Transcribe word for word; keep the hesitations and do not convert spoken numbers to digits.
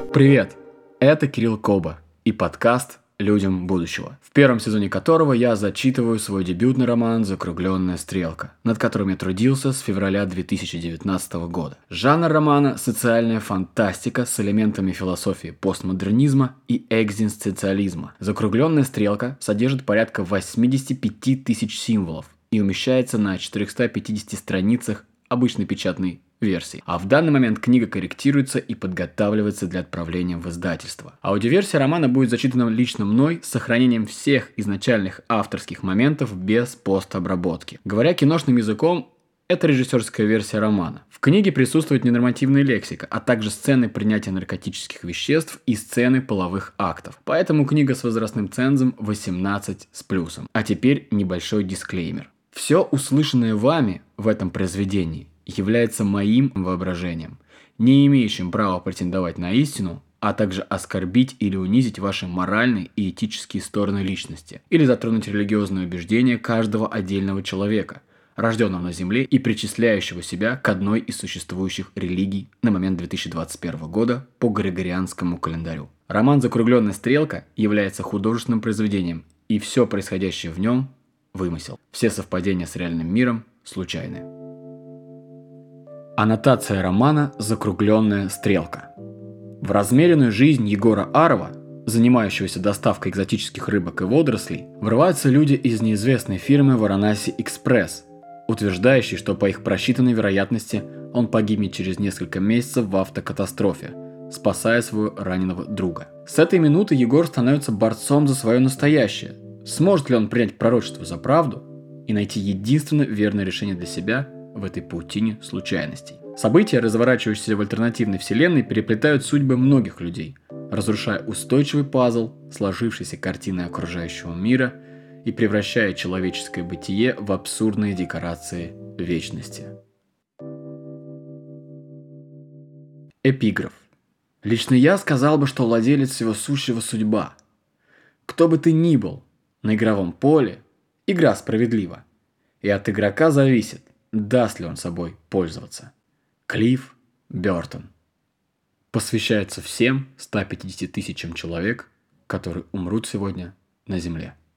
Привет! Это Кирилл Коба и подкаст «Людям будущего», в первом сезоне которого я зачитываю свой дебютный роман «Закругленная стрелка», над которым я трудился с февраля две тысячи девятнадцатого года. Жанр романа – социальная фантастика с элементами философии постмодернизма и экзистенциализма. «Закругленная стрелка» содержит порядка восемьдесят пять тысяч символов и умещается на четырехстах пятидесяти страницах обычной печатной версии. А в данный момент книга корректируется и подготавливается для отправления в издательство. Аудиоверсия романа будет зачитана лично мной с сохранением всех изначальных авторских моментов без постобработки. Говоря киношным языком, это режиссерская версия романа. В книге присутствует ненормативная лексика, а также сцены принятия наркотических веществ и сцены половых актов. Поэтому книга с возрастным цензом восемнадцать с плюсом. А теперь небольшой дисклеймер. Все услышанное вами в этом произведении является моим воображением, не имеющим права претендовать на истину, а также оскорбить или унизить ваши моральные и этические стороны личности, или затронуть религиозные убеждения каждого отдельного человека, рожденного на Земле и причисляющего себя к одной из существующих религий на момент две тысячи двадцать первого года по Григорианскому календарю. Роман «Закругленная стрелка» является художественным произведением, и все происходящее в нем – вымысел. Все совпадения с реальным миром случайны. Аннотация романа «Закругленная стрелка». В размеренную жизнь Егора Арова, занимающегося доставкой экзотических рыбок и водорослей, врываются люди из неизвестной фирмы Варанаси Экспресс, утверждающие, что по их просчитанной вероятности он погибнет через несколько месяцев в автокатастрофе, спасая своего раненого друга. С этой минуты Егор становится борцом за свое настоящее. Сможет ли он принять пророчество за правду и найти единственно верное решение для себя в этой паутине случайностей? События, разворачивающиеся в альтернативной вселенной, переплетают судьбы многих людей, разрушая устойчивый пазл сложившейся картины окружающего мира и превращая человеческое бытие в абсурдные декорации вечности. Эпиграф. Лично я сказал бы, что владелец всего сущего судьба. Кто бы ты ни был, на игровом поле игра справедлива, и от игрока зависит, даст ли он собой пользоваться. Клифф Бёртон. Посвящается всем ста пятидесяти тысячам человек, которые умрут сегодня на Земле.